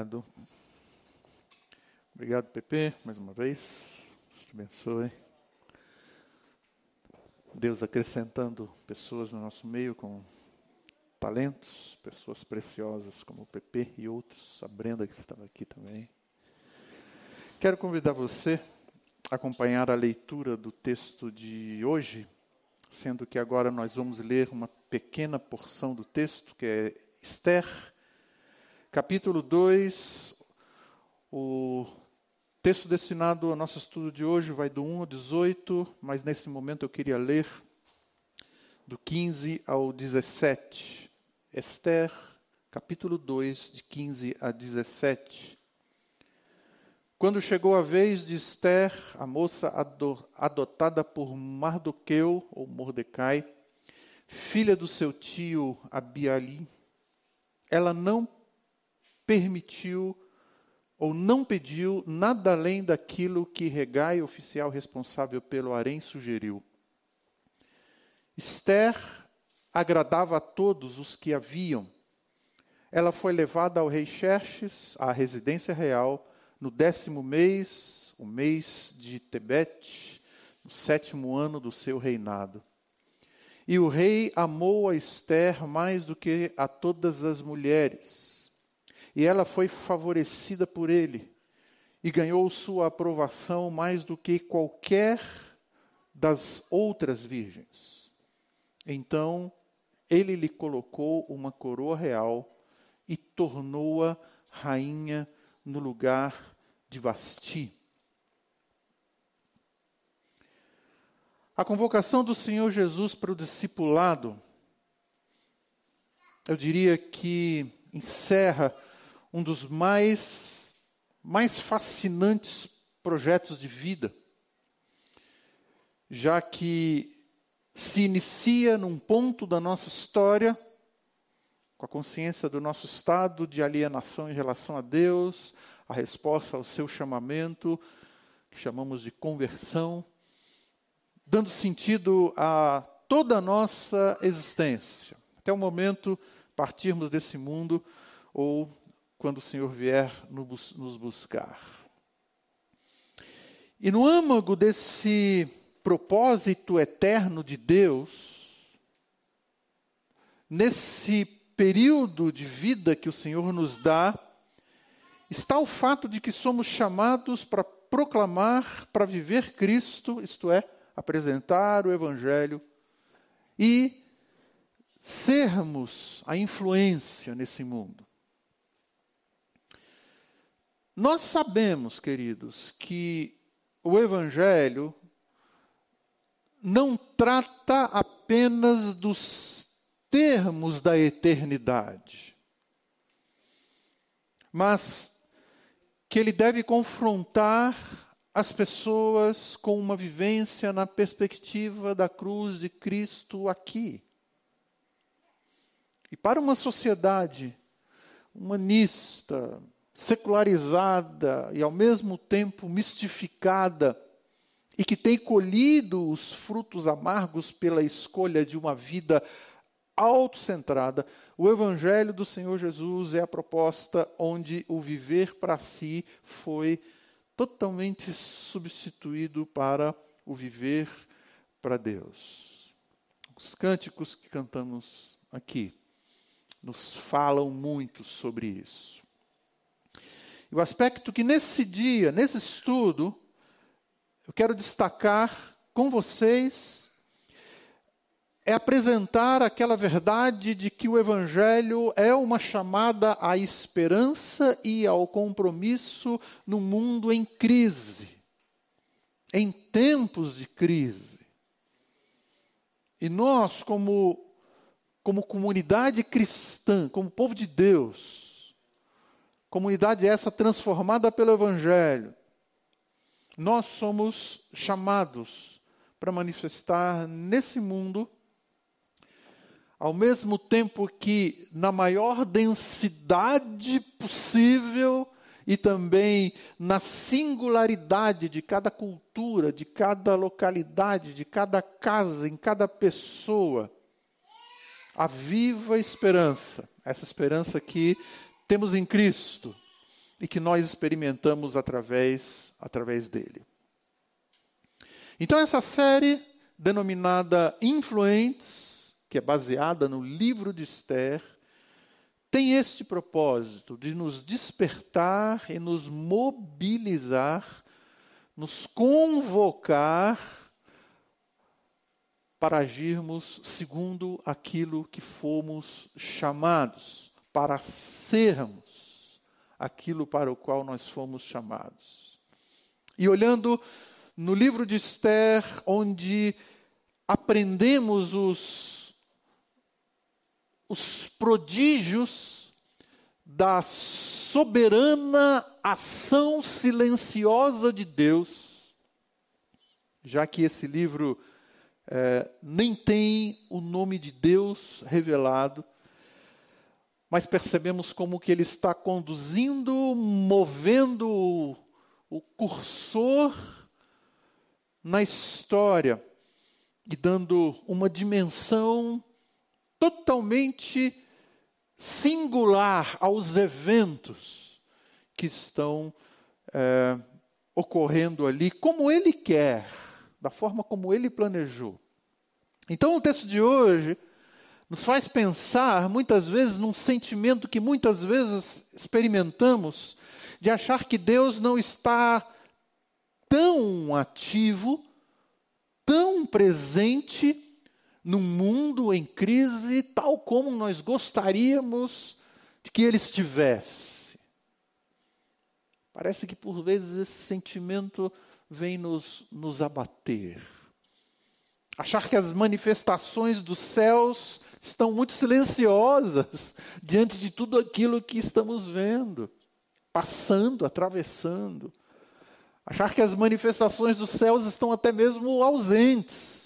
Obrigado. Obrigado, Pepe, mais uma vez. Deus te abençoe. Deus acrescentando pessoas no nosso meio com talentos, pessoas preciosas como o Pepe e outros, a Brenda que estava aqui também. Quero convidar você a acompanhar a leitura do texto de hoje, sendo que agora nós vamos ler uma pequena porção do texto, que é Esther, capítulo 2, o texto destinado ao nosso estudo de hoje vai do 1 ao 18, mas nesse momento eu queria ler do 15 ao 17. Esther, capítulo 2, de 15 a 17. Quando chegou a vez de Esther, a moça adotada por Mardoqueu, ou Mordecai, filha do seu tio Abiali, ela não permitiu ou não pediu nada além daquilo que Hegai, oficial responsável pelo harém, sugeriu. Esther agradava a todos os que a viam. Ela foi levada ao rei Xerxes, à residência real, no 10º mês, o mês de Tebete, no 7º ano do seu reinado. E o rei amou a Esther mais do que a todas as mulheres. E ela foi favorecida por ele e ganhou sua aprovação mais do que qualquer das outras virgens. Então, ele lhe colocou uma coroa real e tornou-a rainha no lugar de Vasti. A convocação do Senhor Jesus para o discipulado, eu diria que encerra um dos mais fascinantes projetos de vida, já que se inicia num ponto da nossa história, com a consciência do nosso estado de alienação em relação a Deus, a resposta ao seu chamamento, que chamamos de conversão, dando sentido a toda a nossa existência, até o momento partirmos desse mundo ou quando o Senhor vier nos buscar. E no âmago desse propósito eterno de Deus, nesse período de vida que o Senhor nos dá, está o fato de que somos chamados para proclamar, para viver Cristo, isto é, apresentar o Evangelho e sermos a influência nesse mundo. Nós sabemos, queridos, que o Evangelho não trata apenas dos termos da eternidade, mas que ele deve confrontar as pessoas com uma vivência na perspectiva da cruz de Cristo aqui. E para uma sociedade humanista, secularizada e ao mesmo tempo mistificada, e que tem colhido os frutos amargos pela escolha de uma vida autocentrada, o Evangelho do Senhor Jesus é a proposta onde o viver para si foi totalmente substituído para o viver para Deus. Os cânticos que cantamos aqui nos falam muito sobre isso. E o aspecto que nesse dia, nesse estudo, eu quero destacar com vocês é apresentar aquela verdade de que o Evangelho é uma chamada à esperança e ao compromisso num mundo em crise, em tempos de crise. E nós, como comunidade cristã, como povo de Deus, comunidade essa transformada pelo Evangelho, nós somos chamados para manifestar nesse mundo, ao mesmo tempo que na maior densidade possível e também na singularidade de cada cultura, de cada localidade, de cada casa, em cada pessoa, a viva esperança, essa esperança que temos em Cristo, e que nós experimentamos através dele. Então essa série, denominada Influentes, que é baseada no livro de Esther, tem este propósito de nos despertar e nos mobilizar, nos convocar para agirmos segundo aquilo que fomos chamados, para sermos aquilo para o qual nós fomos chamados. E olhando no livro de Esther, onde aprendemos os prodígios da soberana ação silenciosa de Deus, já que esse livro nem tem o nome de Deus revelado, mas percebemos como que ele está conduzindo, movendo o cursor na história e dando uma dimensão totalmente singular aos eventos que estão ocorrendo ali, como ele quer, da forma como ele planejou. Então o texto de hoje nos faz pensar, muitas vezes, num sentimento que muitas vezes experimentamos, de achar que Deus não está tão ativo, tão presente num mundo em crise, tal como nós gostaríamos de que ele estivesse. Parece que por vezes esse sentimento vem nos abater. Achar que as manifestações dos céus estão muito silenciosas diante de tudo aquilo que estamos vendo, passando, atravessando. Achar que as manifestações dos céus estão até mesmo ausentes.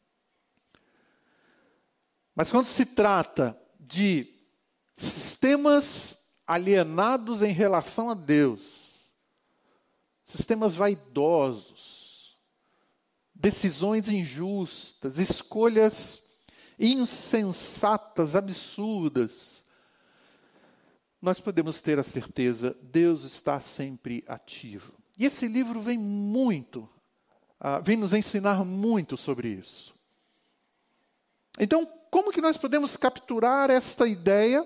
Mas quando se trata de sistemas alienados em relação a Deus, sistemas vaidosos, decisões injustas, escolhas insensatas, absurdas, nós podemos ter a certeza, Deus está sempre ativo. E esse livro vem nos ensinar muito sobre isso. Então, como que nós podemos capturar esta ideia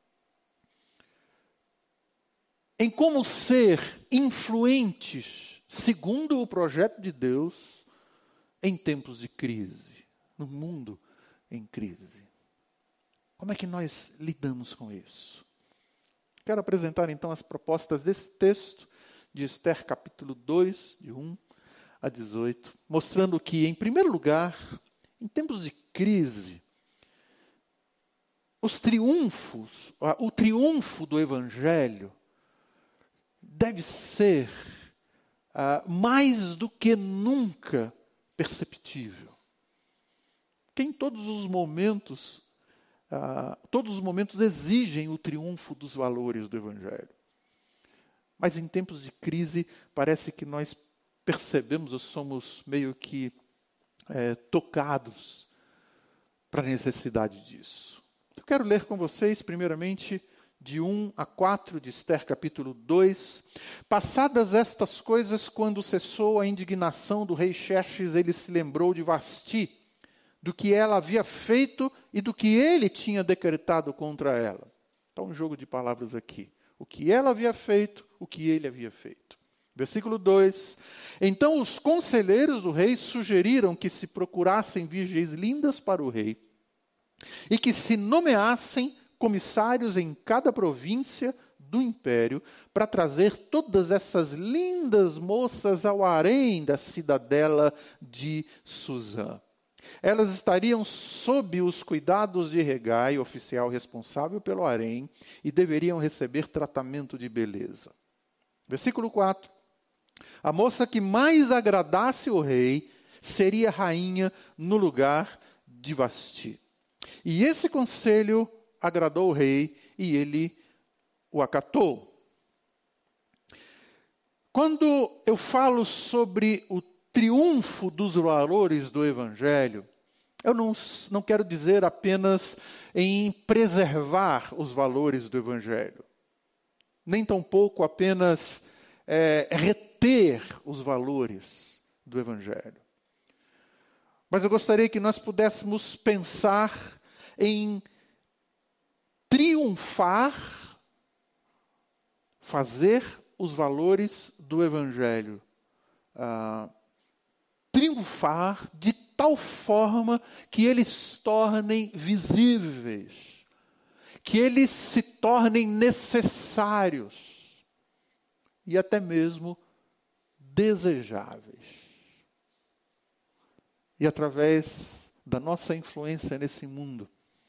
em como ser influentes, segundo o projeto de Deus, em tempos de crise, no mundo em crise? Como é que nós lidamos com isso? Quero apresentar então as propostas desse texto de Esther, capítulo 2, de 1 a 18, mostrando que, em primeiro lugar, em tempos de crise, o triunfo do Evangelho deve ser mais do que nunca perceptível. Porque em todos os momentos exigem o triunfo dos valores do Evangelho. Mas em tempos de crise, parece que nós percebemos, ou somos meio que tocados para a necessidade disso. Eu quero ler com vocês, primeiramente, de 1 a 4 de Esther, capítulo 2. Passadas estas coisas, quando cessou a indignação do rei Xerxes, ele se lembrou de Vasti, do que ela havia feito e do que ele tinha decretado contra ela. Está um jogo de palavras aqui. O que ela havia feito, o que ele havia feito. Versículo 2. Então os conselheiros do rei sugeriram que se procurassem virgens lindas para o rei e que se nomeassem comissários em cada província do império para trazer todas essas lindas moças ao harém da cidadela de Suzã. Elas estariam sob os cuidados de Hegai, oficial responsável pelo harém, e deveriam receber tratamento de beleza. Versículo 4. A moça que mais agradasse o rei seria rainha no lugar de Vasti. E esse conselho agradou o rei e ele o acatou. Quando eu falo sobre o triunfo dos valores do Evangelho, eu não quero dizer apenas em preservar os valores do Evangelho. nem tampouco apenas reter os valores do Evangelho. Mas eu gostaria que nós pudéssemos pensar em triunfar, fazer os valores do Evangelho triunfar de tal forma que eles se tornem visíveis, que eles se tornem necessários e até mesmo desejáveis. E através da nossa influência nesse mundo,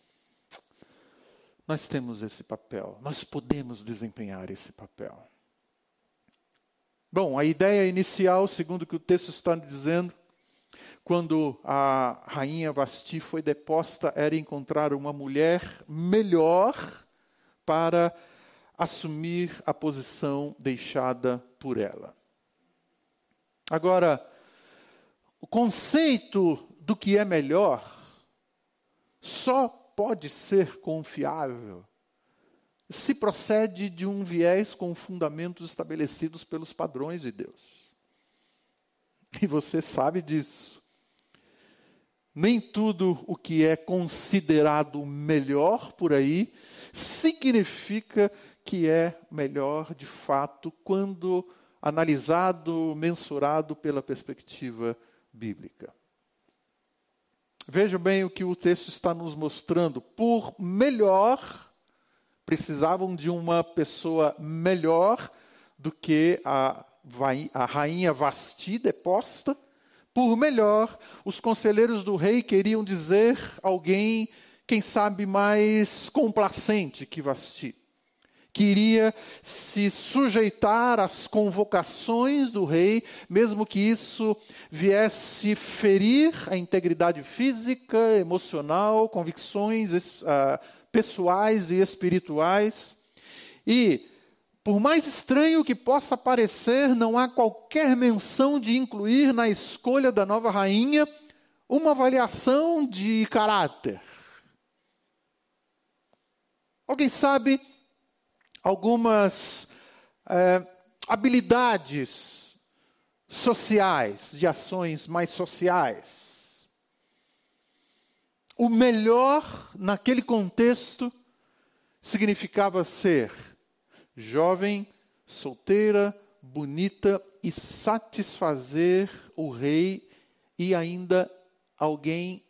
nós temos esse papel, nós podemos desempenhar esse papel. Bom, a ideia inicial, segundo o que o texto está dizendo, quando a rainha Vasti foi deposta, era encontrar uma mulher melhor para assumir a posição deixada por ela. Agora, o conceito do que é melhor só pode ser confiável se procede de um viés com fundamentos estabelecidos pelos padrões de Deus. E você sabe disso. Nem tudo o que é considerado melhor por aí significa que é melhor de fato quando analisado, mensurado pela perspectiva bíblica. Veja bem o que o texto está nos mostrando. Por melhor, precisavam de uma pessoa melhor do que a rainha Vasti deposta. Por melhor, os conselheiros do rei queriam dizer alguém, quem sabe, mais complacente que Vasti. Queria se sujeitar às convocações do rei, mesmo que isso viesse ferir a integridade física, emocional, convicções pessoais e espirituais. E, por mais estranho que possa parecer, não há qualquer menção de incluir na escolha da nova rainha uma avaliação de caráter. Alguém sabe algumas habilidades sociais, de ações mais sociais? O melhor naquele contexto significava ser jovem, solteira, bonita e satisfazer o rei e ainda alguém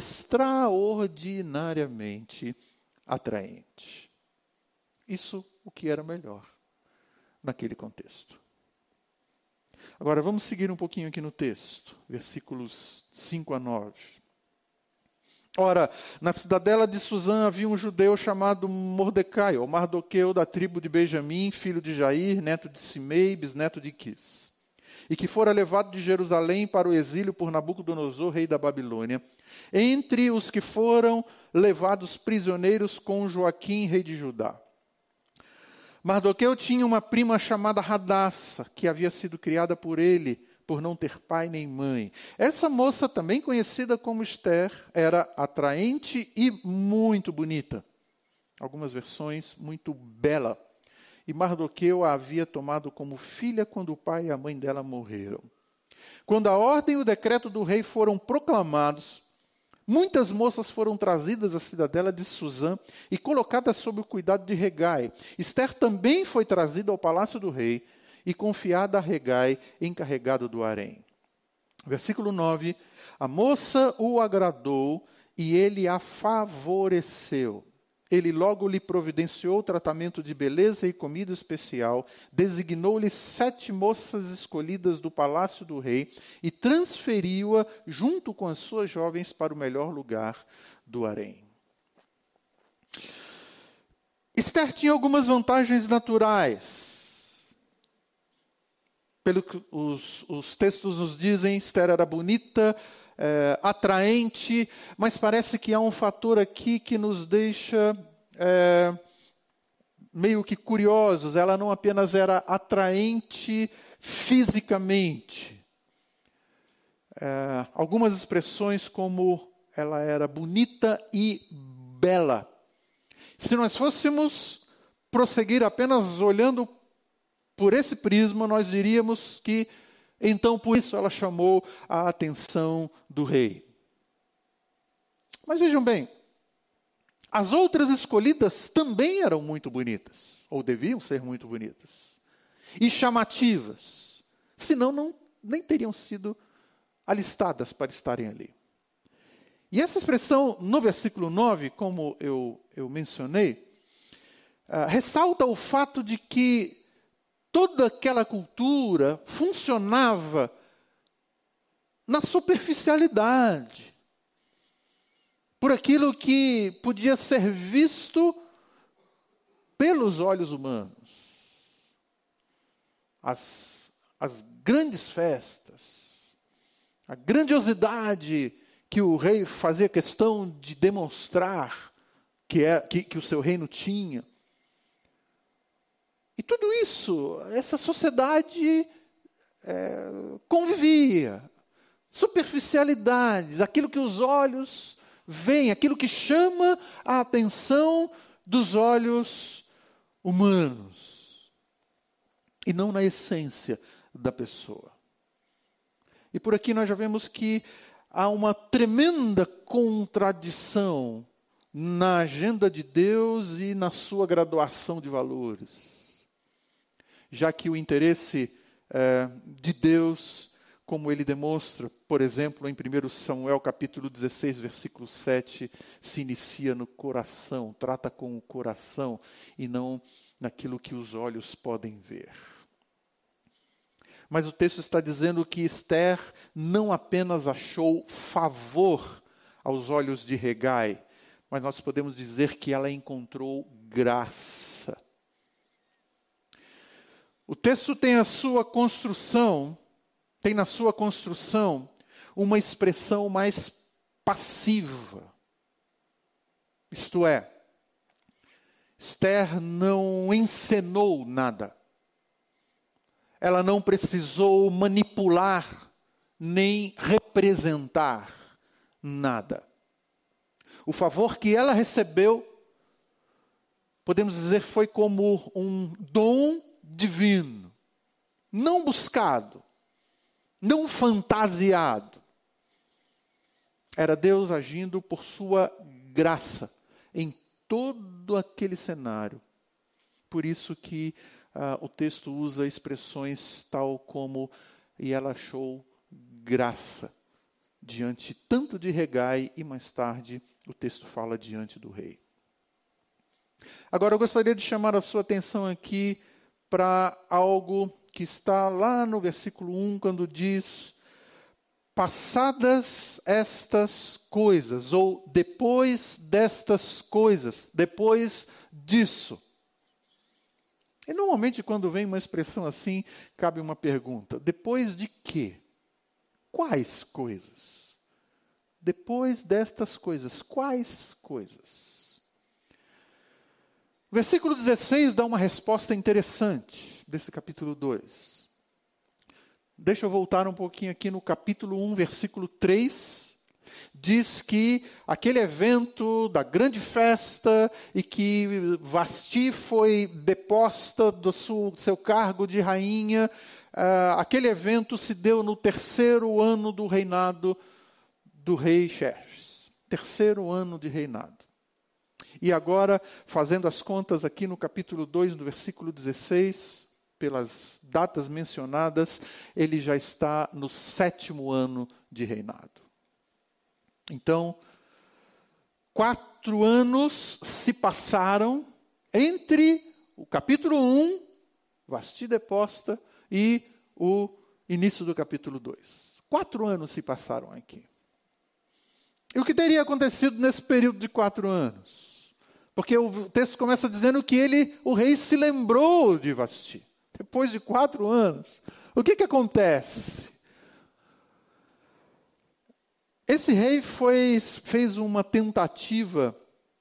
extraordinariamente atraente. Isso o que era melhor naquele contexto. Agora vamos seguir um pouquinho aqui no texto, versículos 5 a 9. Ora, na cidadela de Susã havia um judeu chamado Mordecai, ou Mardoqueu, da tribo de Benjamim, filho de Jair, neto de Simei, bisneto de Quis, e que fora levado de Jerusalém para o exílio por Nabucodonosor, rei da Babilônia, entre os que foram levados prisioneiros com Joaquim, rei de Judá. Mardoqueu tinha uma prima chamada Radassa, que havia sido criada por ele, por não ter pai nem mãe. Essa moça, também conhecida como Esther, era atraente e muito bonita. Algumas versões, muito bela. E Mardoqueu a havia tomado como filha quando o pai e a mãe dela morreram. Quando a ordem e o decreto do rei foram proclamados, muitas moças foram trazidas à cidadela de Susã e colocadas sob o cuidado de Hegai. Esther também foi trazida ao palácio do rei e confiada a Hegai, encarregado do harém. Versículo 9. A moça o agradou e ele a favoreceu. Ele logo lhe providenciou tratamento de beleza e comida especial, designou-lhe 7 moças escolhidas do palácio do rei e transferiu-a junto com as suas jovens para o melhor lugar do harém. Esther tinha algumas vantagens naturais. Pelo que os textos nos dizem, Esther era bonita, atraente, mas parece que há um fator aqui que nos deixa meio que curiosos. Ela não apenas era atraente fisicamente. Algumas expressões como ela era bonita e bela. Se nós fôssemos prosseguir apenas olhando por esse prisma, nós diríamos que, então, por isso ela chamou a atenção do rei. Mas vejam bem, as outras escolhidas também eram muito bonitas, ou deviam ser muito bonitas, e chamativas, senão nem teriam sido alistadas para estarem ali. E essa expressão no versículo 9, como eu mencionei, ressalta o fato de que toda aquela cultura funcionava na superficialidade, por aquilo que podia ser visto pelos olhos humanos. As grandes festas, a grandiosidade que o rei fazia questão de demonstrar que o seu reino tinha. E tudo isso, essa sociedade convivia. Superficialidades, aquilo que os olhos veem, aquilo que chama a atenção dos olhos humanos. E não na essência da pessoa. E por aqui nós já vemos que há uma tremenda contradição na agenda de Deus e na sua graduação de valores. Já que o interesse de Deus, como ele demonstra, por exemplo, em 1 Samuel capítulo 16, versículo 7, se inicia no coração, trata com o coração e não naquilo que os olhos podem ver. Mas o texto está dizendo que Esther não apenas achou favor aos olhos de Hegai, mas nós podemos dizer que ela encontrou graça. O texto tem na sua construção uma expressão mais passiva. Isto é, Esther não encenou nada. Ela não precisou manipular nem representar nada. O favor que ela recebeu, podemos dizer, foi como um dom divino, não buscado, não fantasiado. Era Deus agindo por sua graça em todo aquele cenário. Por isso que o texto usa expressões tal como, e ela achou graça diante tanto de Hegai e mais tarde o texto fala diante do rei. Agora eu gostaria de chamar a sua atenção aqui para algo que está lá no versículo 1, quando diz: passadas estas coisas, ou depois destas coisas, depois disso. E normalmente quando vem uma expressão assim, cabe uma pergunta: depois de quê? Quais coisas? Depois destas coisas, quais coisas? O versículo 16 dá uma resposta interessante desse capítulo 2. Deixa eu voltar um pouquinho aqui no capítulo 1, versículo 3. Diz que aquele evento da grande festa e que Vasti foi deposta do seu cargo de rainha, aquele evento se deu no 3º ano do reinado do rei Xerxes. 3º ano de reinado. E agora, fazendo as contas aqui no capítulo 2, no versículo 16, pelas datas mencionadas, ele já está no 7º ano de reinado. Então, 4 anos se passaram entre o capítulo 1, Vasti deposta, e o início do capítulo 2. 4 anos se passaram aqui. E o que teria acontecido nesse período de 4 anos? Porque o texto começa dizendo que o rei se lembrou de Vasti. Depois de 4 anos. O que acontece? Esse rei fez uma tentativa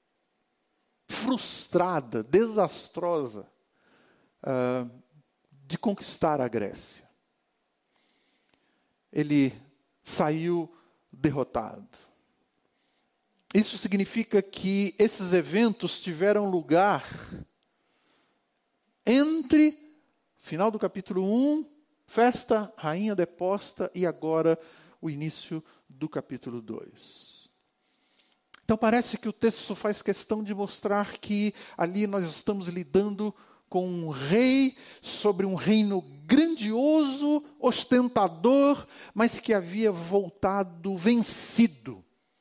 frustrada, desastrosa, de conquistar a Grécia. Ele saiu derrotado. Isso significa que esses eventos tiveram lugar entre final do capítulo 1, festa, rainha deposta, e agora o início do capítulo 2. Então parece que o texto faz questão de mostrar que ali nós estamos lidando com um rei sobre um reino grandioso, ostentador, mas que havia voltado vencido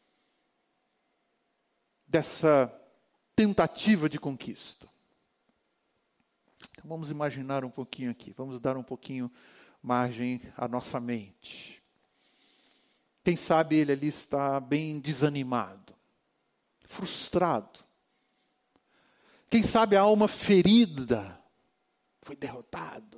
dessa tentativa de conquista. Então vamos imaginar um pouquinho aqui, vamos dar um pouquinho margem à nossa mente. Quem sabe ele ali está bem desanimado, frustrado. Quem sabe a alma ferida, foi derrotado.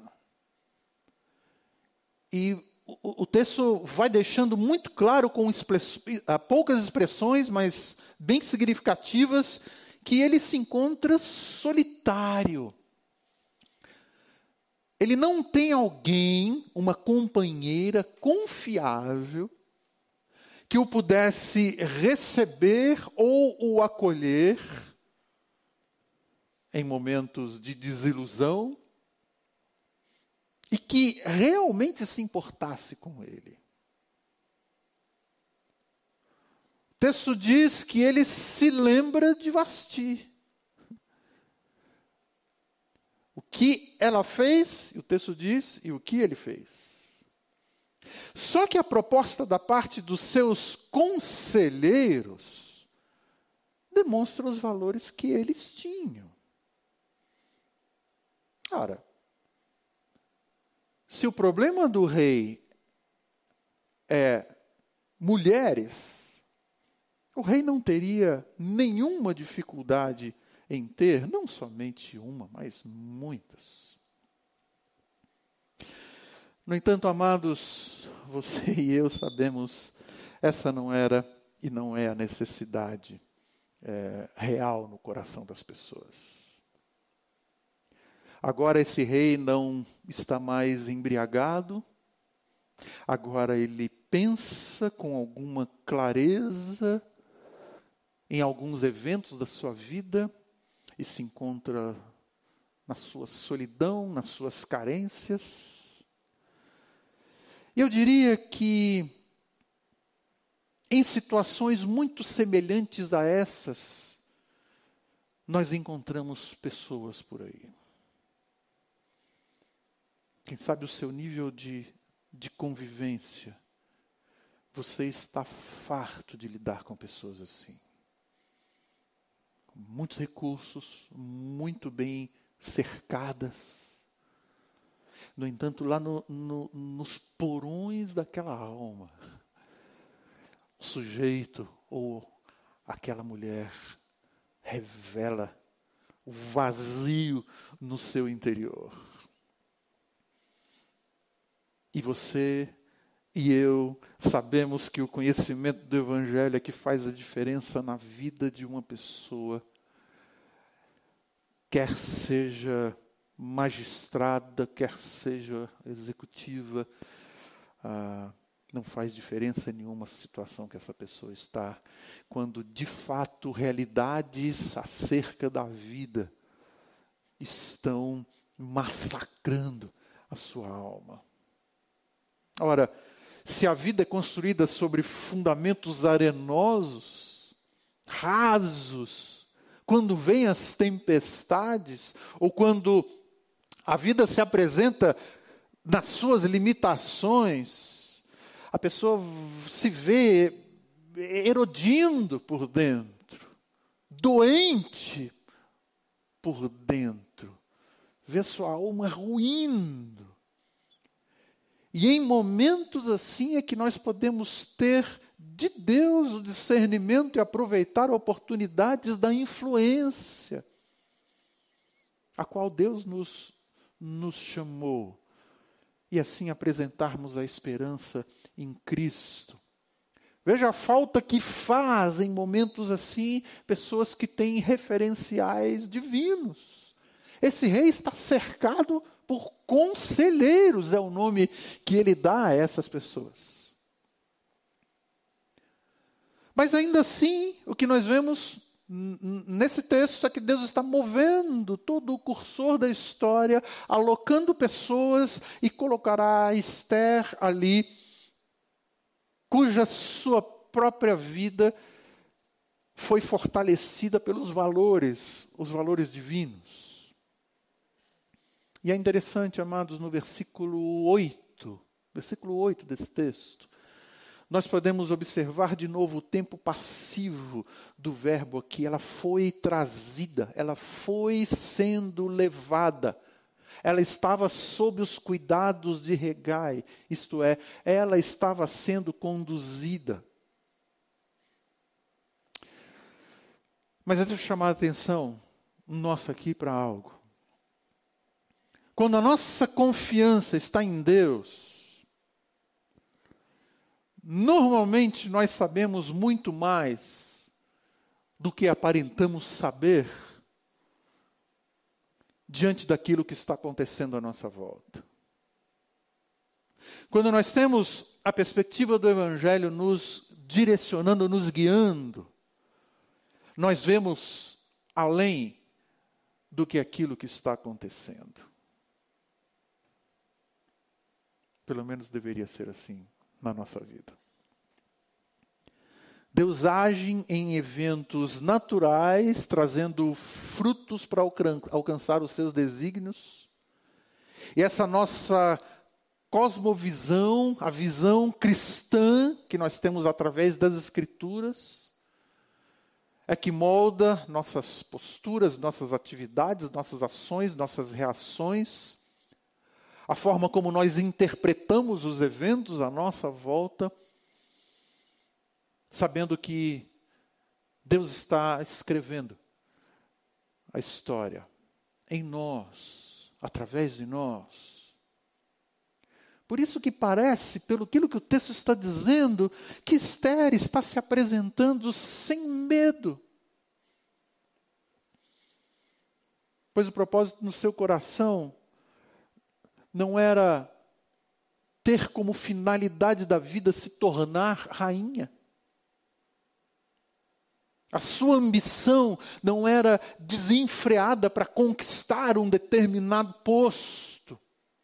E o texto vai deixando muito claro, com poucas expressões, mas bem significativas, que ele se encontra solitário. Ele não tem alguém, uma companheira confiável, que o pudesse receber ou o acolher em momentos de desilusão e que realmente se importasse com ele. O texto diz que ele se lembra de Vasti. O que ela fez, o texto diz, e o que ele fez. Só que a proposta da parte dos seus conselheiros demonstra os valores que eles tinham. Ora, se o problema do rei é mulheres, o rei não teria nenhuma dificuldade em ter, não somente uma, mas muitas. No entanto, amados, você e eu sabemos, essa não era e não é a necessidade real no coração das pessoas. Agora esse rei não está mais embriagado, agora ele pensa com alguma clareza em alguns eventos da sua vida e se encontra na sua solidão, nas suas carências. Eu diria que em situações muito semelhantes a essas, nós encontramos pessoas por aí. Quem sabe o seu nível de convivência, você está farto de lidar com pessoas assim. Com muitos recursos, muito bem cercadas. No entanto, lá nos porões daquela alma, o sujeito ou aquela mulher revela o vazio no seu interior. E você e eu sabemos que o conhecimento do Evangelho é que faz a diferença na vida de uma pessoa, quer seja magistrada, quer seja executiva, não faz diferença nenhuma a situação que essa pessoa está, quando de fato realidades acerca da vida estão massacrando a sua alma. Ora, se a vida é construída sobre fundamentos arenosos, rasos, quando vêm as tempestades, ou quando a vida se apresenta nas suas limitações, a pessoa se vê erodindo por dentro, doente por dentro, vê sua alma ruindo. E em momentos assim é que nós podemos ter de Deus o discernimento e aproveitar oportunidades da influência, a qual Deus nos chamou, e assim apresentarmos a esperança em Cristo. Veja a falta que faz em momentos assim pessoas que têm referenciais divinos. Esse rei está cercado por conselheiros, é o nome que ele dá a essas pessoas. Mas ainda assim, o que nós vemos nesse texto é que Deus está movendo todo o cursor da história, alocando pessoas e colocará Esther ali, cuja sua própria vida foi fortalecida pelos valores, os valores divinos. E é interessante, amados, no versículo 8 desse texto, nós podemos observar de novo o tempo passivo do verbo aqui. Ela foi trazida, ela foi sendo levada. Ela estava sob os cuidados de Hegai, isto é, ela estava sendo conduzida. Mas eu devo chamar a atenção nossa aqui para algo. Quando a nossa confiança está em Deus, normalmente nós sabemos muito mais do que aparentamos saber diante daquilo que está acontecendo à nossa volta. Quando nós temos a perspectiva do Evangelho nos direcionando, nos guiando, nós vemos além do que aquilo que está acontecendo. Pelo menos deveria ser assim na nossa vida. Deus age em eventos naturais, trazendo frutos para alcançar os seus desígnios. E essa nossa cosmovisão, a visão cristã que nós temos através das Escrituras, é que molda nossas posturas, nossas atividades, nossas ações, nossas reações, a forma como nós interpretamos os eventos à nossa volta, sabendo que Deus está escrevendo a história em nós, através de nós. Por isso que parece, pelo aquilo que o texto está dizendo, que Esther está se apresentando sem medo. Pois o propósito no seu coração não era ter como finalidade da vida se tornar rainha. A sua ambição não era desenfreada para conquistar um determinado posto.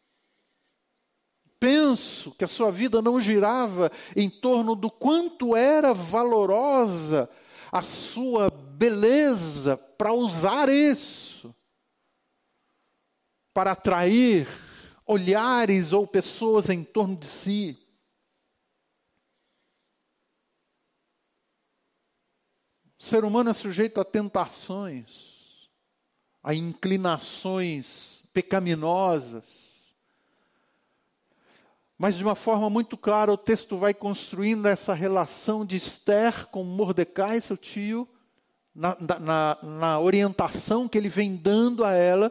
Penso que a sua vida não girava em torno do quanto era valorosa a sua beleza para usar isso, para atrair olhares ou pessoas em torno de si. O ser humano é sujeito a tentações, a inclinações pecaminosas. Mas de uma forma muito clara o texto vai construindo essa relação de Esther com Mordecai, seu tio, na orientação que ele vem dando a ela,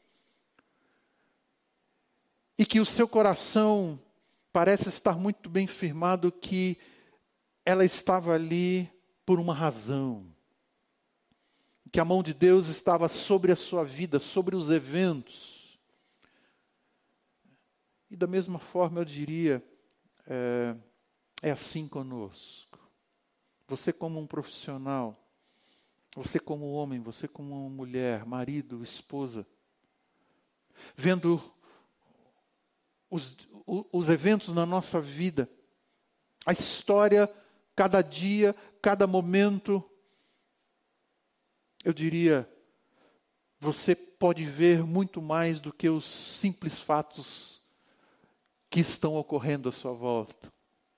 e que o seu coração parece estar muito bem firmado que ela estava ali por uma razão. Que a mão de Deus estava sobre a sua vida, sobre os eventos. E da mesma forma eu diria, é assim conosco. Você como um profissional, você como homem, você como uma mulher, marido, esposa, vendo os eventos na nossa vida, a história, cada dia, cada momento, eu diria, você pode ver muito mais do que os simples fatos que estão ocorrendo à sua volta.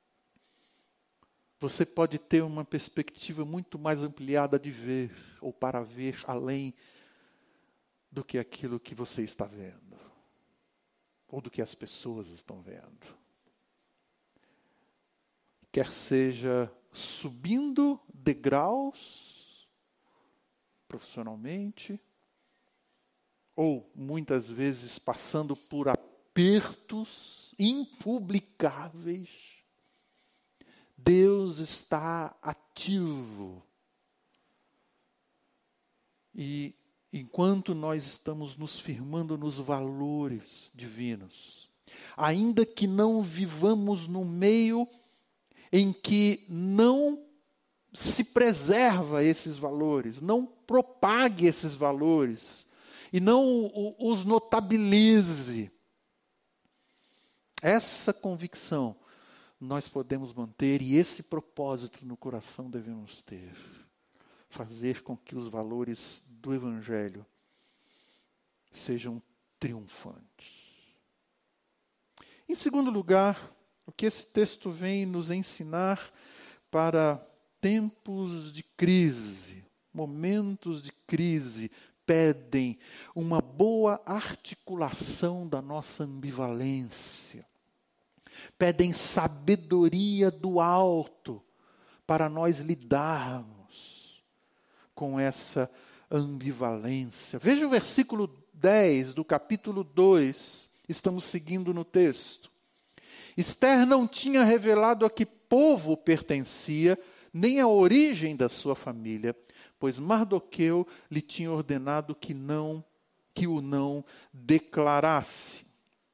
Você pode ter uma perspectiva muito mais ampliada de ver, ou para ver além do que aquilo que você está vendo, ou do que as pessoas estão vendo. Quer seja subindo degraus profissionalmente, ou muitas vezes passando por apertos impublicáveis, Deus está ativo. E enquanto nós estamos nos firmando nos valores divinos, ainda que não vivamos no meio em que não se preserva esses valores, não propague esses valores e não os notabilize. Essa convicção nós podemos manter e esse propósito no coração devemos ter. Fazer com que os valores do Evangelho sejam triunfantes. Em segundo lugar, o que esse texto vem nos ensinar para tempos de crise, momentos de crise, pedem uma boa articulação da nossa ambivalência. Pedem sabedoria do alto para nós lidarmos com essa ambivalência. Veja o versículo 10 do capítulo 2, estamos seguindo no texto. Esther não tinha revelado a que povo pertencia, nem a origem da sua família, pois Mardoqueu lhe tinha ordenado que o não declarasse.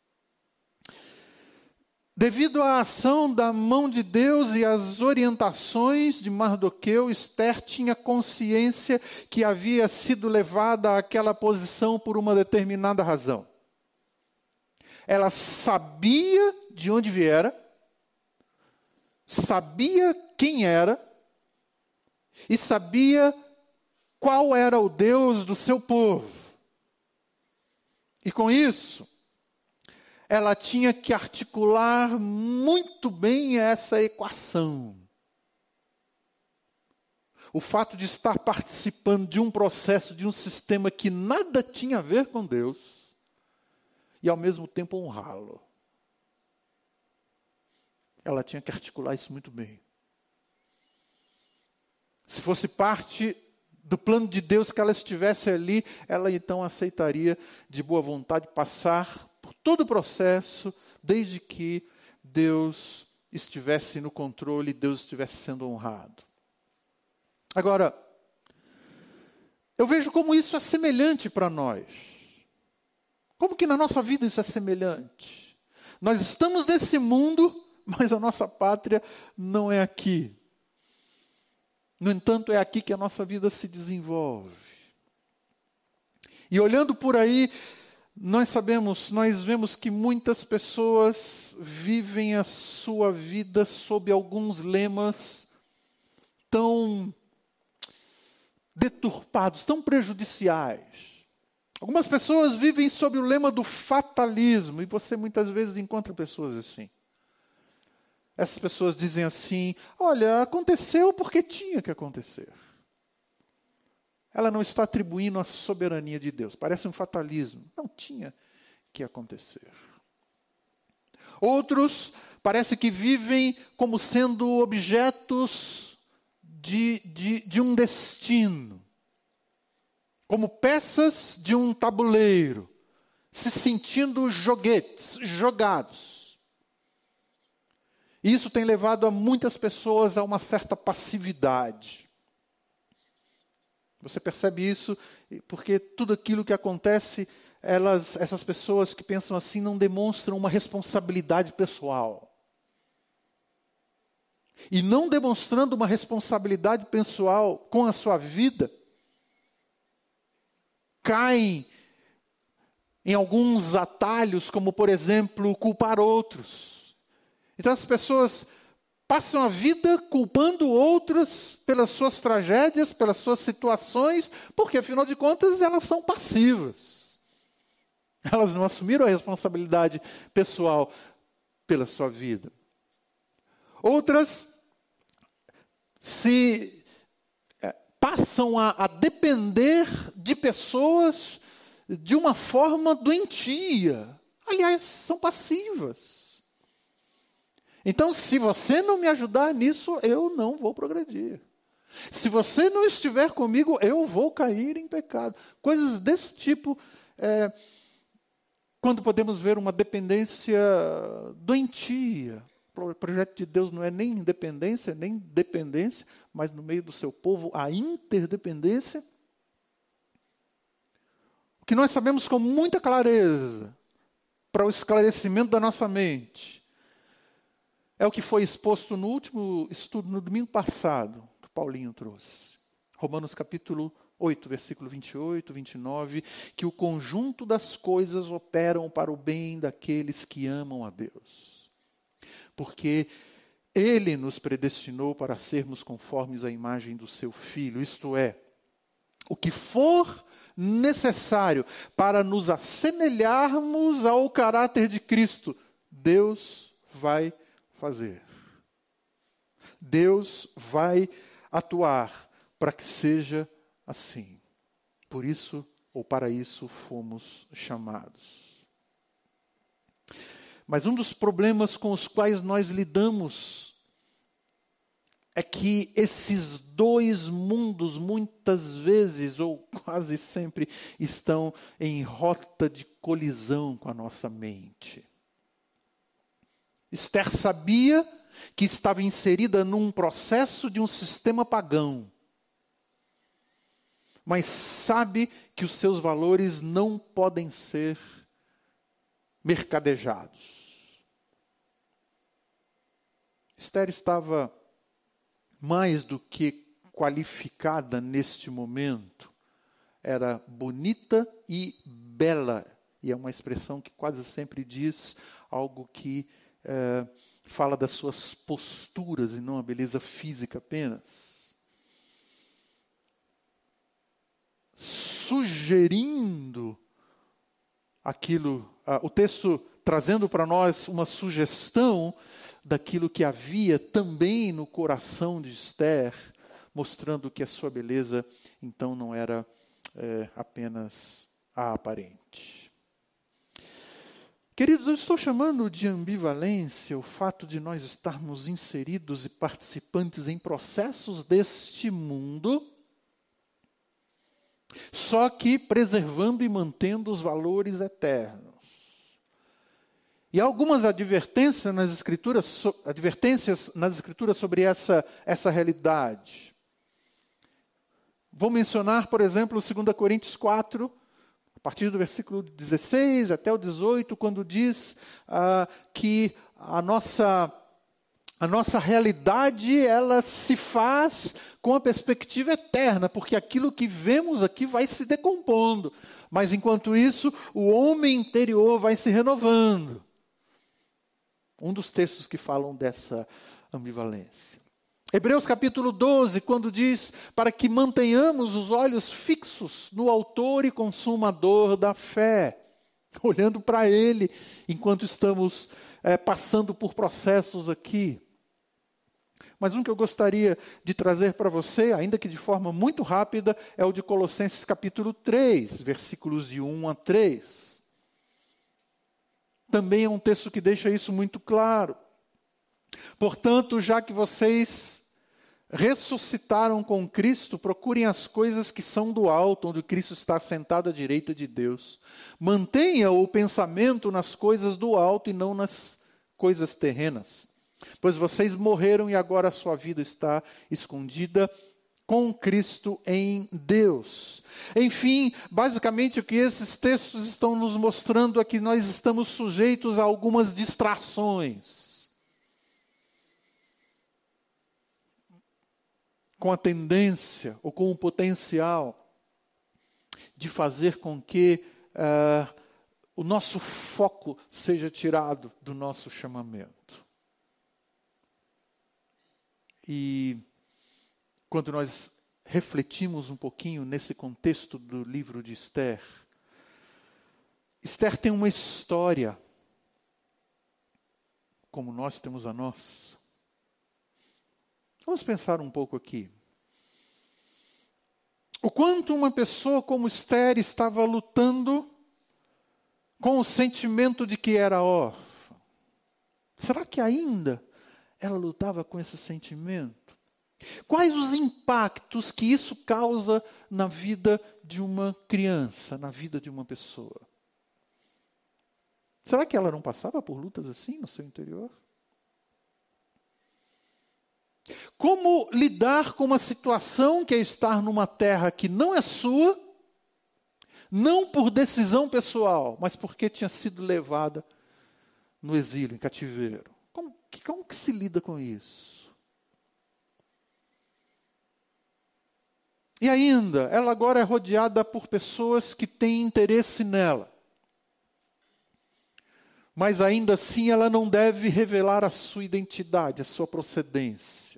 Devido à ação da mão de Deus e às orientações de Mardoqueu, Esther tinha consciência que havia sido levada àquela posição por uma determinada razão. Ela sabia de onde viera, sabia quem era e sabia qual era o Deus do seu povo. E com isso, ela tinha que articular muito bem essa equação. O fato de estar participando de um processo, de um sistema que nada tinha a ver com Deus, e ao mesmo tempo honrá-lo. Ela tinha que articular isso muito bem. Se fosse parte do plano de Deus que ela estivesse ali, ela então aceitaria de boa vontade passar por todo o processo, desde que Deus estivesse no controle, Deus estivesse sendo honrado. Agora, eu vejo como isso é semelhante para nós. Como que na nossa vida isso é semelhante? Nós estamos nesse mundo, mas a nossa pátria não é aqui. No entanto, é aqui que a nossa vida se desenvolve. E olhando por aí, nós vemos que muitas pessoas vivem a sua vida sob alguns lemas tão deturpados, tão prejudiciais. Algumas pessoas vivem sob o lema do fatalismo, e você muitas vezes encontra pessoas assim. Essas pessoas dizem assim: olha, aconteceu porque tinha que acontecer. Ela não está atribuindo a soberania de Deus. Parece um fatalismo. Não tinha que acontecer. Outros parece que vivem como sendo objetos de um destino. Como peças de um tabuleiro. Se sentindo jogados. E isso tem levado a muitas pessoas a uma certa passividade. Você percebe isso porque tudo aquilo que acontece, essas pessoas que pensam assim não demonstram uma responsabilidade pessoal. E não demonstrando uma responsabilidade pessoal com a sua vida, caem em alguns atalhos, como por exemplo, culpar outros. Então as pessoas passam a vida culpando outros pelas suas tragédias, pelas suas situações, porque afinal de contas elas são passivas. Elas não assumiram a responsabilidade pessoal pela sua vida. Outras passam a depender de pessoas de uma forma doentia. Aliás, são passivas. Então, se você não me ajudar nisso, eu não vou progredir. Se você não estiver comigo, eu vou cair em pecado. Coisas desse tipo, quando podemos ver uma dependência doentia. O projeto de Deus não é nem independência, nem dependência, mas no meio do seu povo, a interdependência. O que nós sabemos com muita clareza, para o esclarecimento da nossa mente, é o que foi exposto no último estudo, no domingo passado. O Paulinho trouxe. Romanos capítulo 8, versículo 28, 29, que o conjunto das coisas operam para o bem daqueles que amam a Deus. Porque Ele nos predestinou para sermos conformes à imagem do seu Filho, isto é, o que for necessário para nos assemelharmos ao caráter de Cristo, Deus vai fazer. Deus vai atuar para que seja assim. Por isso, ou para isso, fomos chamados. Mas um dos problemas com os quais nós lidamos é que esses dois mundos, muitas vezes, ou quase sempre, estão em rota de colisão com a nossa mente. Esther sabia que estava inserida num processo de um sistema pagão, mas sabe que os seus valores não podem ser mercadejados. Esther estava mais do que qualificada neste momento. Era bonita e bela. E é uma expressão que quase sempre diz algo que fala das suas posturas e não a beleza física apenas. Sugerindo aquilo, o texto trazendo para nós uma sugestão daquilo que havia também no coração de Esther, mostrando que a sua beleza, então, não era apenas a aparente. Queridos, eu estou chamando de ambivalência o fato de nós estarmos inseridos e participantes em processos deste mundo, só que preservando e mantendo os valores eternos. E há algumas advertências nas Escrituras sobre essa realidade. Vou mencionar, por exemplo, 2 Coríntios 4, a partir do versículo 16 até o 18, quando diz que a nossa realidade, ela se faz com a perspectiva eterna, porque aquilo que vemos aqui vai se decompondo. Mas, enquanto isso, o homem interior vai se renovando. Um dos textos que falam dessa ambivalência. Hebreus capítulo 12, quando diz para que mantenhamos os olhos fixos no autor e consumador da fé, olhando para ele enquanto estamos passando por processos aqui. Mas um que eu gostaria de trazer para você, ainda que de forma muito rápida, é o de Colossenses capítulo 3, versículos de 1 a 3. Também é um texto que deixa isso muito claro. Portanto, já que vocês ressuscitaram com Cristo, procurem as coisas que são do alto, onde Cristo está sentado à direita de Deus. Mantenha o pensamento nas coisas do alto e não nas coisas terrenas. Pois vocês morreram e agora a sua vida está escondida com Cristo em Deus. Enfim, basicamente o que esses textos estão nos mostrando é que nós estamos sujeitos a algumas distrações. Com a tendência ou com o potencial de fazer com que o nosso foco seja tirado do nosso chamamento. E quando nós refletimos um pouquinho nesse contexto do livro de Esther, Esther tem uma história, como nós temos a nossa. Vamos pensar um pouco aqui. O quanto uma pessoa como Esther estava lutando com o sentimento de que era órfã. Será que ainda ela lutava com esse sentimento? Quais os impactos que isso causa na vida de uma criança, na vida de uma pessoa? Será que ela não passava por lutas assim no seu interior? Como lidar com uma situação que é estar numa terra que não é sua, não por decisão pessoal, mas porque tinha sido levada no exílio, em cativeiro? Como que se lida com isso? E ainda, ela agora é rodeada por pessoas que têm interesse nela. Mas ainda assim ela não deve revelar a sua identidade, a sua procedência.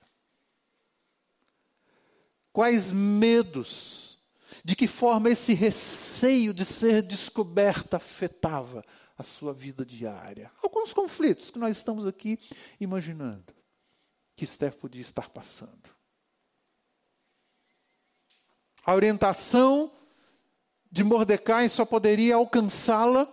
Quais medos, de que forma esse receio de ser descoberta afetava a sua vida diária? Alguns conflitos que nós estamos aqui imaginando que Esther podia estar passando. A orientação de Mordecai só poderia alcançá-la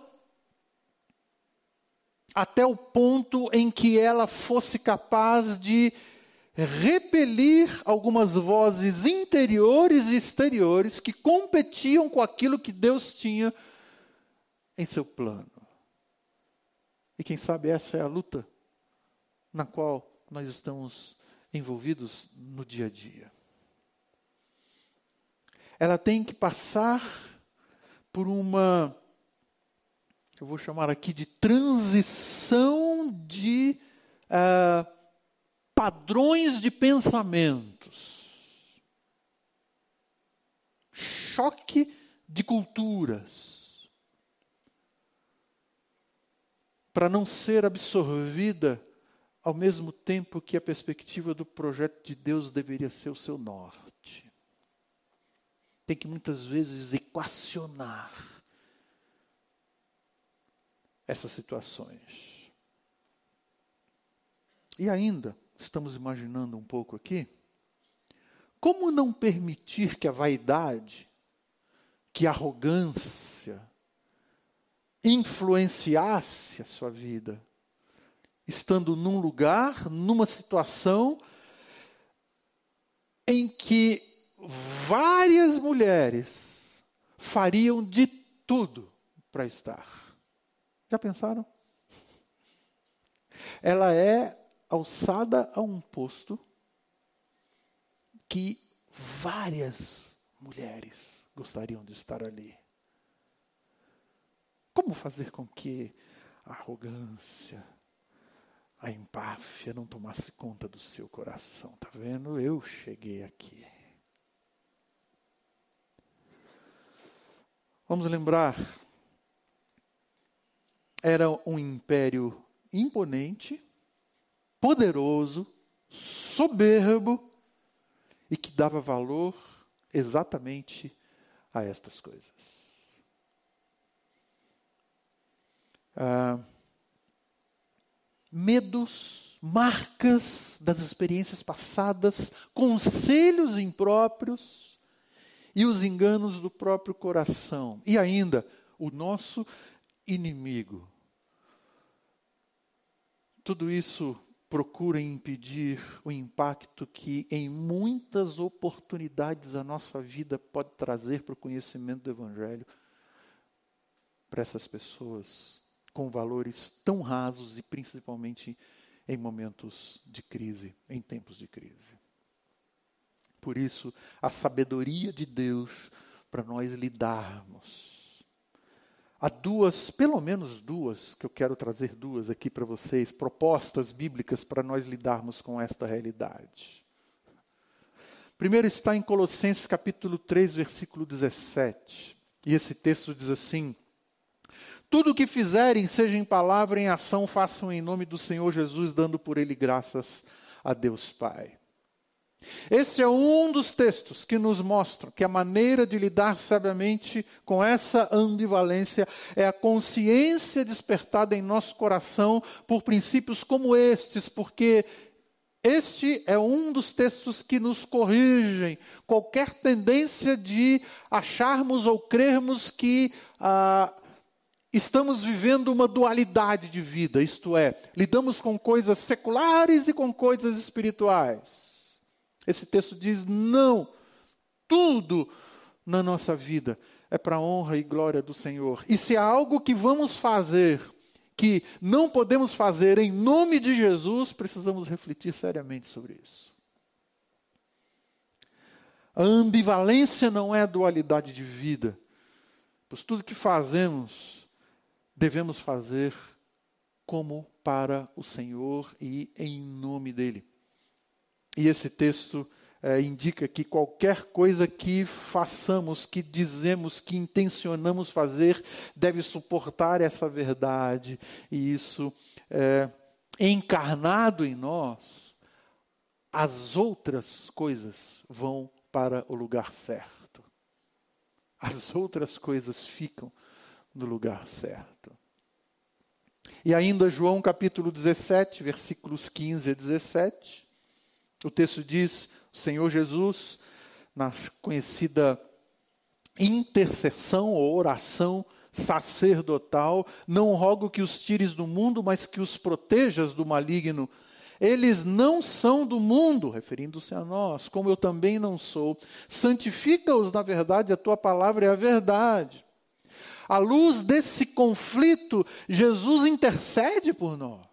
até o ponto em que ela fosse capaz de repelir algumas vozes interiores e exteriores que competiam com aquilo que Deus tinha em seu plano. E quem sabe essa é a luta na qual nós estamos envolvidos no dia a dia. Ela tem que passar por uma, eu vou chamar aqui de transição de padrões de pensamentos. Choque de culturas. Para não ser absorvida ao mesmo tempo que a perspectiva do projeto de Deus deveria ser o seu norte. Tem que muitas vezes equacionar essas situações. E ainda, estamos imaginando um pouco aqui, como não permitir que a vaidade, que a arrogância influenciasse a sua vida, estando num lugar, numa situação em que várias mulheres fariam de tudo para estar. Já pensaram? Ela é alçada a um posto que várias mulheres gostariam de estar ali. Como fazer com que a arrogância, a empáfia não tomasse conta do seu coração? Tá vendo? Eu cheguei aqui. Vamos lembrar, era um império imponente, poderoso, soberbo e que dava valor exatamente a estas coisas. Medos, marcas das experiências passadas, conselhos impróprios e os enganos do próprio coração. E ainda, o nosso inimigo. Tudo isso procura impedir o impacto que em muitas oportunidades a nossa vida pode trazer para o conhecimento do Evangelho para essas pessoas com valores tão rasos e principalmente em momentos de crise, em tempos de crise. Por isso, a sabedoria de Deus para nós lidarmos. Há pelo menos duas, que eu quero trazer duas aqui para vocês, propostas bíblicas para nós lidarmos com esta realidade. Primeiro está em Colossenses capítulo 3, versículo 17. E esse texto diz assim: tudo o que fizerem, seja em palavra, em ação, façam em nome do Senhor Jesus, dando por Ele graças a Deus Pai. Esse é um dos textos que nos mostram que a maneira de lidar sabiamente com essa ambivalência é a consciência despertada em nosso coração por princípios como estes, porque este é um dos textos que nos corrigem qualquer tendência de acharmos ou crermos que estamos vivendo uma dualidade de vida, isto é, lidamos com coisas seculares e com coisas espirituais. Esse texto diz, não, tudo na nossa vida é para a honra e glória do Senhor. E se há algo que vamos fazer, que não podemos fazer em nome de Jesus, precisamos refletir seriamente sobre isso. A ambivalência não é a dualidade de vida, pois tudo que fazemos, devemos fazer como para o Senhor e em nome dEle. E esse texto indica que qualquer coisa que façamos, que dizemos, que intencionamos fazer, deve suportar essa verdade. E isso, encarnado em nós, as outras coisas vão para o lugar certo. As outras coisas ficam no lugar certo. E ainda João capítulo 17, versículos 15 a 17, o texto diz, o Senhor Jesus, na conhecida intercessão ou oração sacerdotal, não rogo que os tires do mundo, mas que os protejas do maligno. Eles não são do mundo, referindo-se a nós, como eu também não sou. Santifica-os na verdade, a tua palavra é a verdade. À luz desse conflito, Jesus intercede por nós.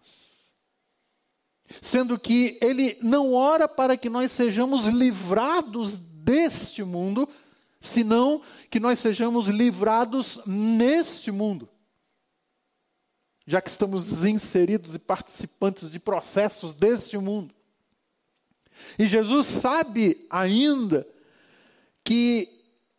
Sendo que Ele não ora para que nós sejamos livrados deste mundo, senão que nós sejamos livrados neste mundo. Já que estamos inseridos e participantes de processos deste mundo. E Jesus sabe ainda que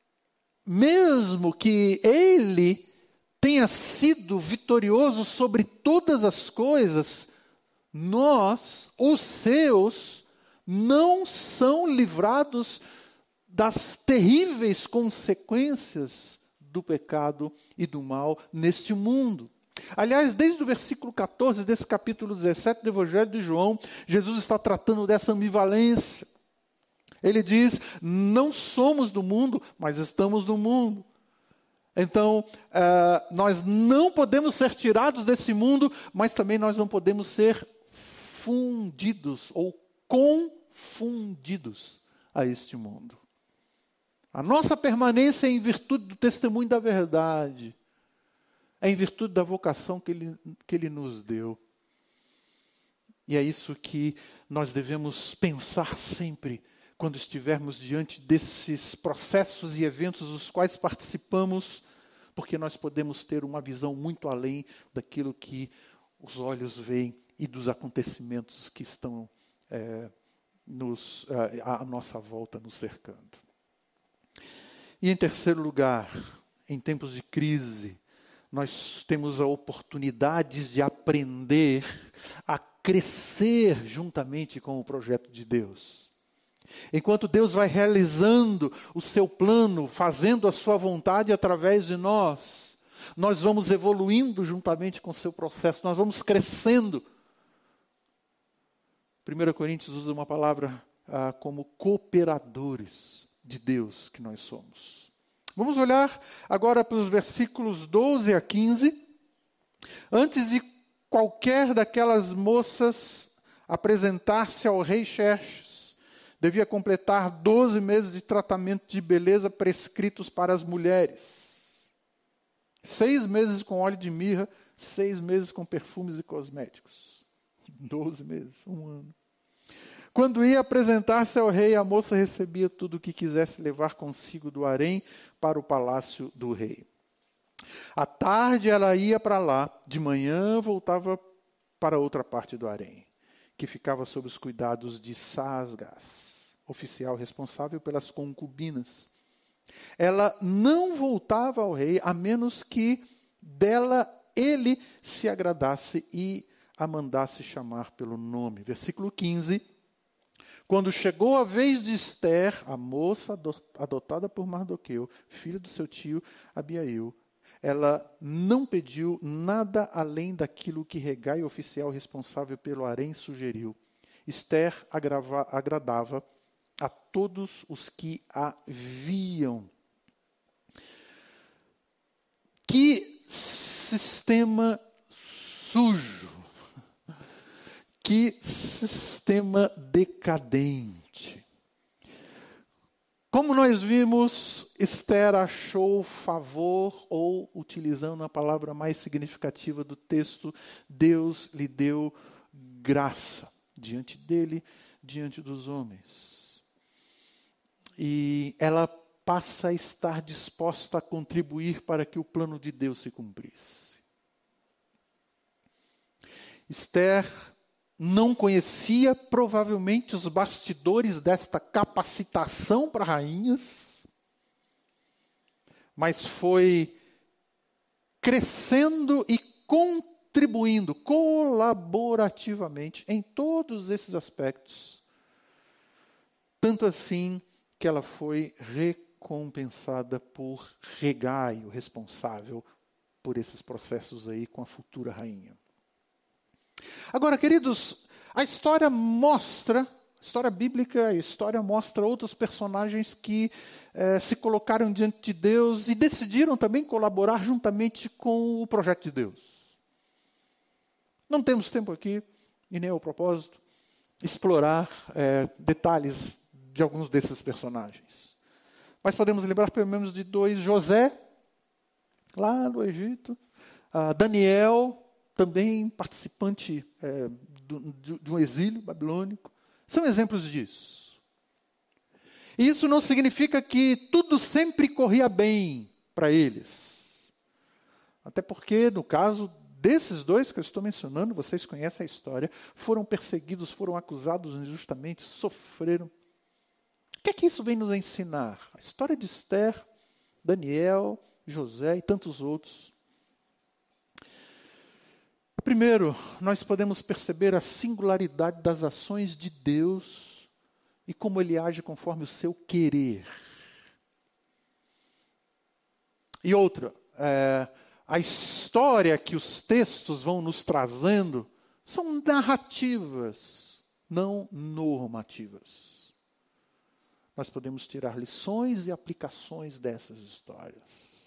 mesmo que Ele tenha sido vitorioso sobre todas as coisas, nós, os seus, não são livrados das terríveis consequências do pecado e do mal neste mundo. Aliás, desde o versículo 14 desse capítulo 17 do Evangelho de João, Jesus está tratando dessa ambivalência. Ele diz, não somos do mundo, mas estamos no mundo. Então, nós não podemos ser tirados desse mundo, mas também nós não podemos ser fundidos ou confundidos a este mundo. A nossa permanência é em virtude do testemunho da verdade. É em virtude da vocação que ele nos deu. E é isso que nós devemos pensar sempre, quando estivermos diante desses processos e eventos dos quais participamos, porque nós podemos ter uma visão muito além daquilo que os olhos veem e dos acontecimentos que estão à nossa volta, nos cercando. E em terceiro lugar, em tempos de crise, nós temos a oportunidade de aprender a crescer juntamente com o projeto de Deus. Enquanto Deus vai realizando o seu plano, fazendo a sua vontade através de nós, nós vamos evoluindo juntamente com o seu processo, nós vamos crescendo. 1 Coríntios usa uma palavra como cooperadores de Deus que nós somos. Vamos olhar agora para os versículos 12 a 15. Antes de qualquer daquelas moças apresentar-se ao rei Xerxes, devia completar 12 meses de tratamento de beleza prescritos para as mulheres. 6 meses com óleo de mirra, 6 meses com perfumes e cosméticos. 12 meses, 1 ano. Quando ia apresentar-se ao rei, a moça recebia tudo o que quisesse levar consigo do harém para o palácio do rei. À tarde ela ia para lá, de manhã voltava para outra parte do harém, que ficava sob os cuidados de Saasgás, oficial responsável pelas concubinas. Ela não voltava ao rei, a menos que dela ele se agradasse e a mandasse chamar pelo nome. Versículo 15. Quando chegou a vez de Ester, a moça adotada por Mardoqueu, filha do seu tio Abiail, ela não pediu nada além daquilo que Hegai, oficial responsável pelo harém, sugeriu. Ester agradava a todos os que a viam. Que sistema sujo! Que sistema decadente. Como nós vimos, Ester achou favor, ou, utilizando a palavra mais significativa do texto, Deus lhe deu graça diante dele, diante dos homens. E ela passa a estar disposta a contribuir para que o plano de Deus se cumprisse. Ester não conhecia provavelmente os bastidores desta capacitação para rainhas, mas foi crescendo e contribuindo colaborativamente em todos esses aspectos. Tanto assim que ela foi recompensada por Regai, o responsável por esses processos aí com a futura rainha. Agora, queridos, a história bíblica, a história mostra outros personagens que se colocaram diante de Deus e decidiram também colaborar juntamente com o projeto de Deus. Não temos tempo aqui, e nem ao propósito, explorar detalhes de alguns desses personagens. Mas podemos lembrar pelo menos de dois: José, lá no Egito, Daniel, também participante de um exílio babilônico. São exemplos disso. E isso não significa que tudo sempre corria bem para eles. Até porque, no caso desses dois que eu estou mencionando, vocês conhecem a história, foram perseguidos, foram acusados injustamente, sofreram. O que é que isso vem nos ensinar? A história de Esther, Daniel, José e tantos outros. Primeiro, nós podemos perceber a singularidade das ações de Deus e como Ele age conforme o seu querer. E outra, a história que os textos vão nos trazendo são narrativas, não normativas. Nós podemos tirar lições e aplicações dessas histórias.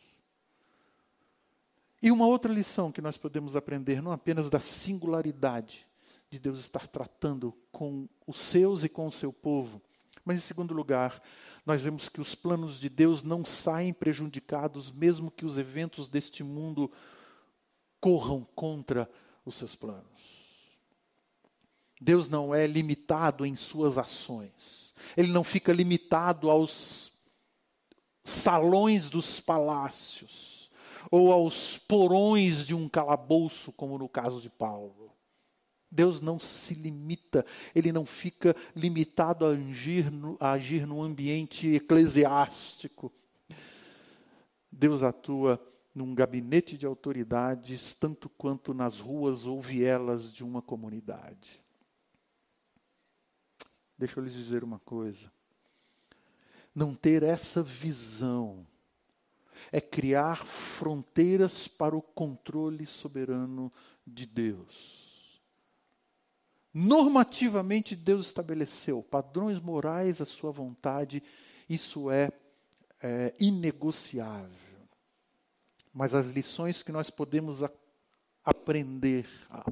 E uma outra lição que nós podemos aprender, não apenas da singularidade de Deus estar tratando com os seus e com o seu povo, mas, em segundo lugar, nós vemos que os planos de Deus não saem prejudicados, mesmo que os eventos deste mundo corram contra os seus planos. Deus não é limitado em suas ações. Ele não fica limitado aos salões dos palácios ou aos porões de um calabouço, como no caso de Paulo. Deus não se limita, Ele não fica limitado a agir no ambiente eclesiástico. Deus atua num gabinete de autoridades, tanto quanto nas ruas ou vielas de uma comunidade. Deixa eu lhes dizer uma coisa. Não ter essa visão é criar fronteiras para o controle soberano de Deus. Normativamente, Deus estabeleceu padrões morais à sua vontade. Isso é inegociável. Mas as lições que nós podemos aprender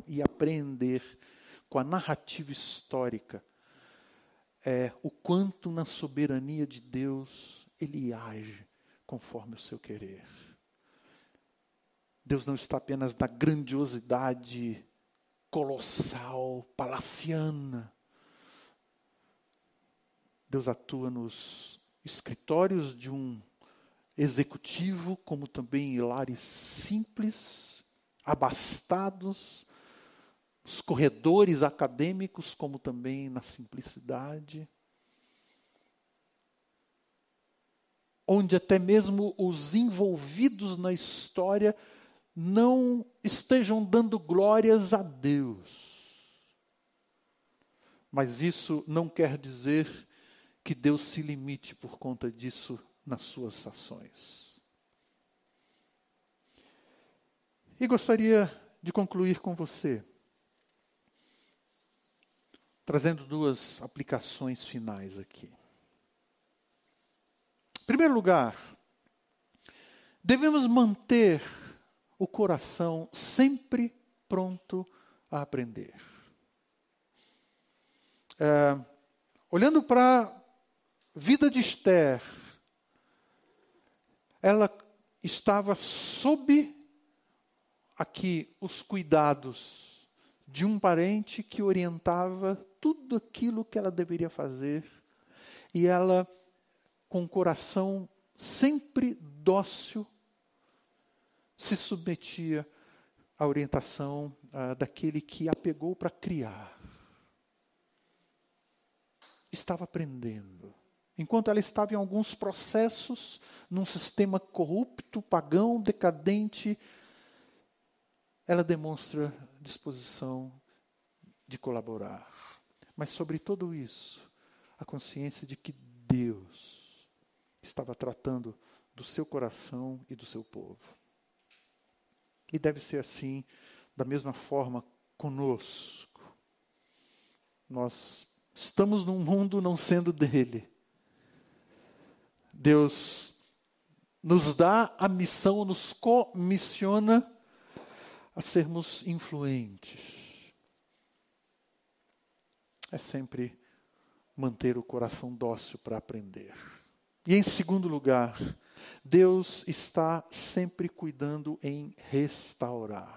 com a narrativa histórica é o quanto na soberania de Deus Ele age conforme o seu querer. Deus não está apenas na grandiosidade colossal, palaciana. Deus atua nos escritórios de um executivo, como também em lares simples, abastados, os corredores acadêmicos, como também na simplicidade, onde até mesmo os envolvidos na história não estejam dando glórias a Deus. Mas isso não quer dizer que Deus se limite por conta disso nas suas ações. E gostaria de concluir com você, trazendo duas aplicações finais aqui. Em primeiro lugar, devemos manter o coração sempre pronto a aprender. Olhando para a vida de Esther, ela estava sob aqui os cuidados de um parente que orientava tudo aquilo que ela deveria fazer, e ela, com o coração sempre dócil, se submetia a orientação daquele que a pegou para criar. Estava aprendendo. Enquanto ela estava em alguns processos, num sistema corrupto, pagão, decadente, ela demonstra disposição de colaborar. Mas sobre tudo isso, a consciência de que Deus estava tratando do seu coração e do seu povo. E deve ser assim, da mesma forma, conosco. Nós estamos num mundo não sendo dele. Deus nos dá a missão, nos comissiona a sermos influentes. É sempre manter o coração dócil para aprender. E em segundo lugar, Deus está sempre cuidando em restaurar.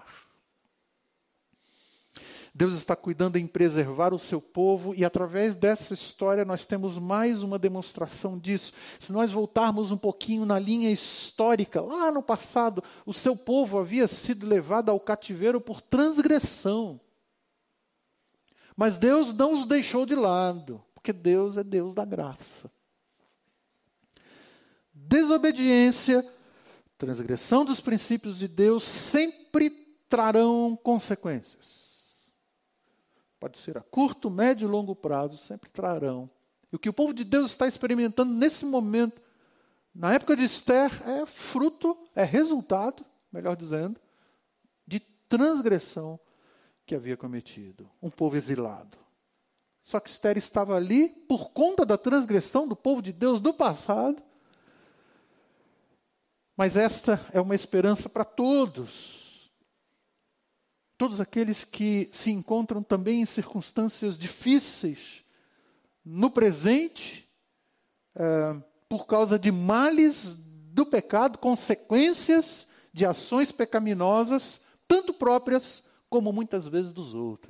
Deus está cuidando em preservar o seu povo e através dessa história nós temos mais uma demonstração disso. Se nós voltarmos um pouquinho na linha histórica, lá no passado, o seu povo havia sido levado ao cativeiro por transgressão. Mas Deus não os deixou de lado, porque Deus é Deus da graça. Desobediência, transgressão dos princípios de Deus sempre trarão consequências. Pode ser a curto, médio e longo prazo, sempre trarão. E o que o povo de Deus está experimentando nesse momento, na época de Esther, é fruto, é resultado, melhor dizendo, de transgressão que havia cometido. Um povo exilado. Só que Esther estava ali por conta da transgressão do povo de Deus no passado. Mas esta é uma esperança para todos. Todos aqueles que se encontram também em circunstâncias difíceis no presente, por causa de males do pecado, consequências de ações pecaminosas, tanto próprias como muitas vezes dos outros.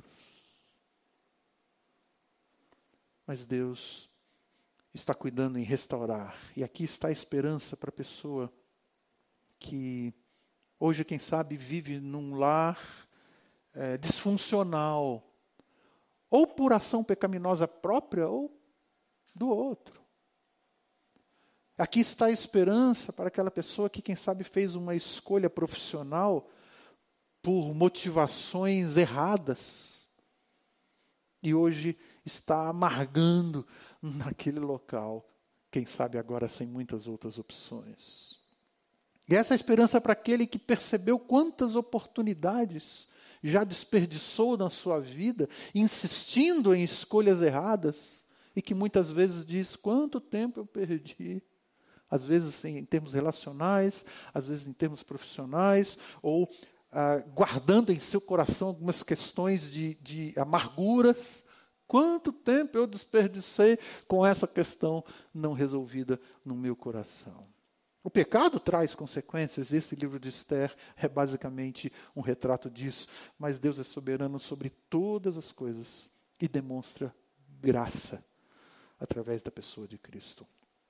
Mas Deus está cuidando em restaurar. E aqui está a esperança para a pessoa que hoje, quem sabe, vive num lar disfuncional, ou por ação pecaminosa própria, ou do outro. Aqui está a esperança para aquela pessoa que, quem sabe, fez uma escolha profissional por motivações erradas, e hoje está amargando naquele local, quem sabe agora sem muitas outras opções. E essa é a esperança para aquele que percebeu quantas oportunidades já desperdiçou na sua vida, insistindo em escolhas erradas, e que muitas vezes diz, quanto tempo eu perdi. Às vezes em termos relacionais, às vezes em termos profissionais, ou guardando em seu coração algumas questões de amarguras. Quanto tempo eu desperdicei com essa questão não resolvida no meu coração. O pecado traz consequências, esse livro de Esther é basicamente um retrato disso, mas Deus é soberano sobre todas as coisas e demonstra graça através da pessoa de Cristo.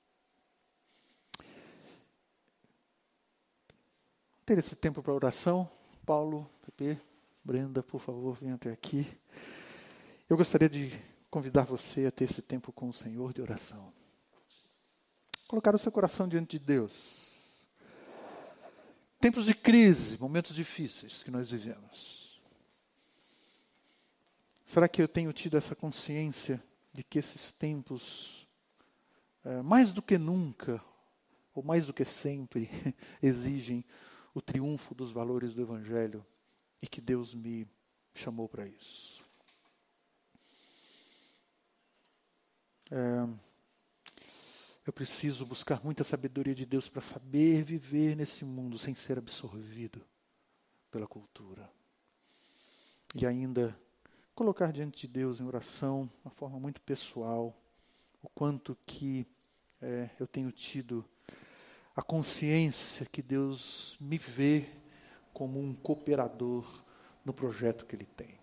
Vamos ter esse tempo para oração. Paulo, Pepe, Brenda, por favor, venham até aqui. Eu gostaria de convidar você a ter esse tempo com o Senhor de oração. Colocar o seu coração diante de Deus. Tempos de crise, momentos difíceis que nós vivemos. Será que eu tenho tido essa consciência de que esses tempos, mais do que nunca, ou mais do que sempre, exigem o triunfo dos valores do Evangelho e que Deus me chamou para isso? Eu preciso buscar muita sabedoria de Deus para saber viver nesse mundo sem ser absorvido pela cultura. E ainda colocar diante de Deus em oração, de uma forma muito pessoal, o quanto que eu tenho tido a consciência que Deus me vê como um cooperador no projeto que Ele tem.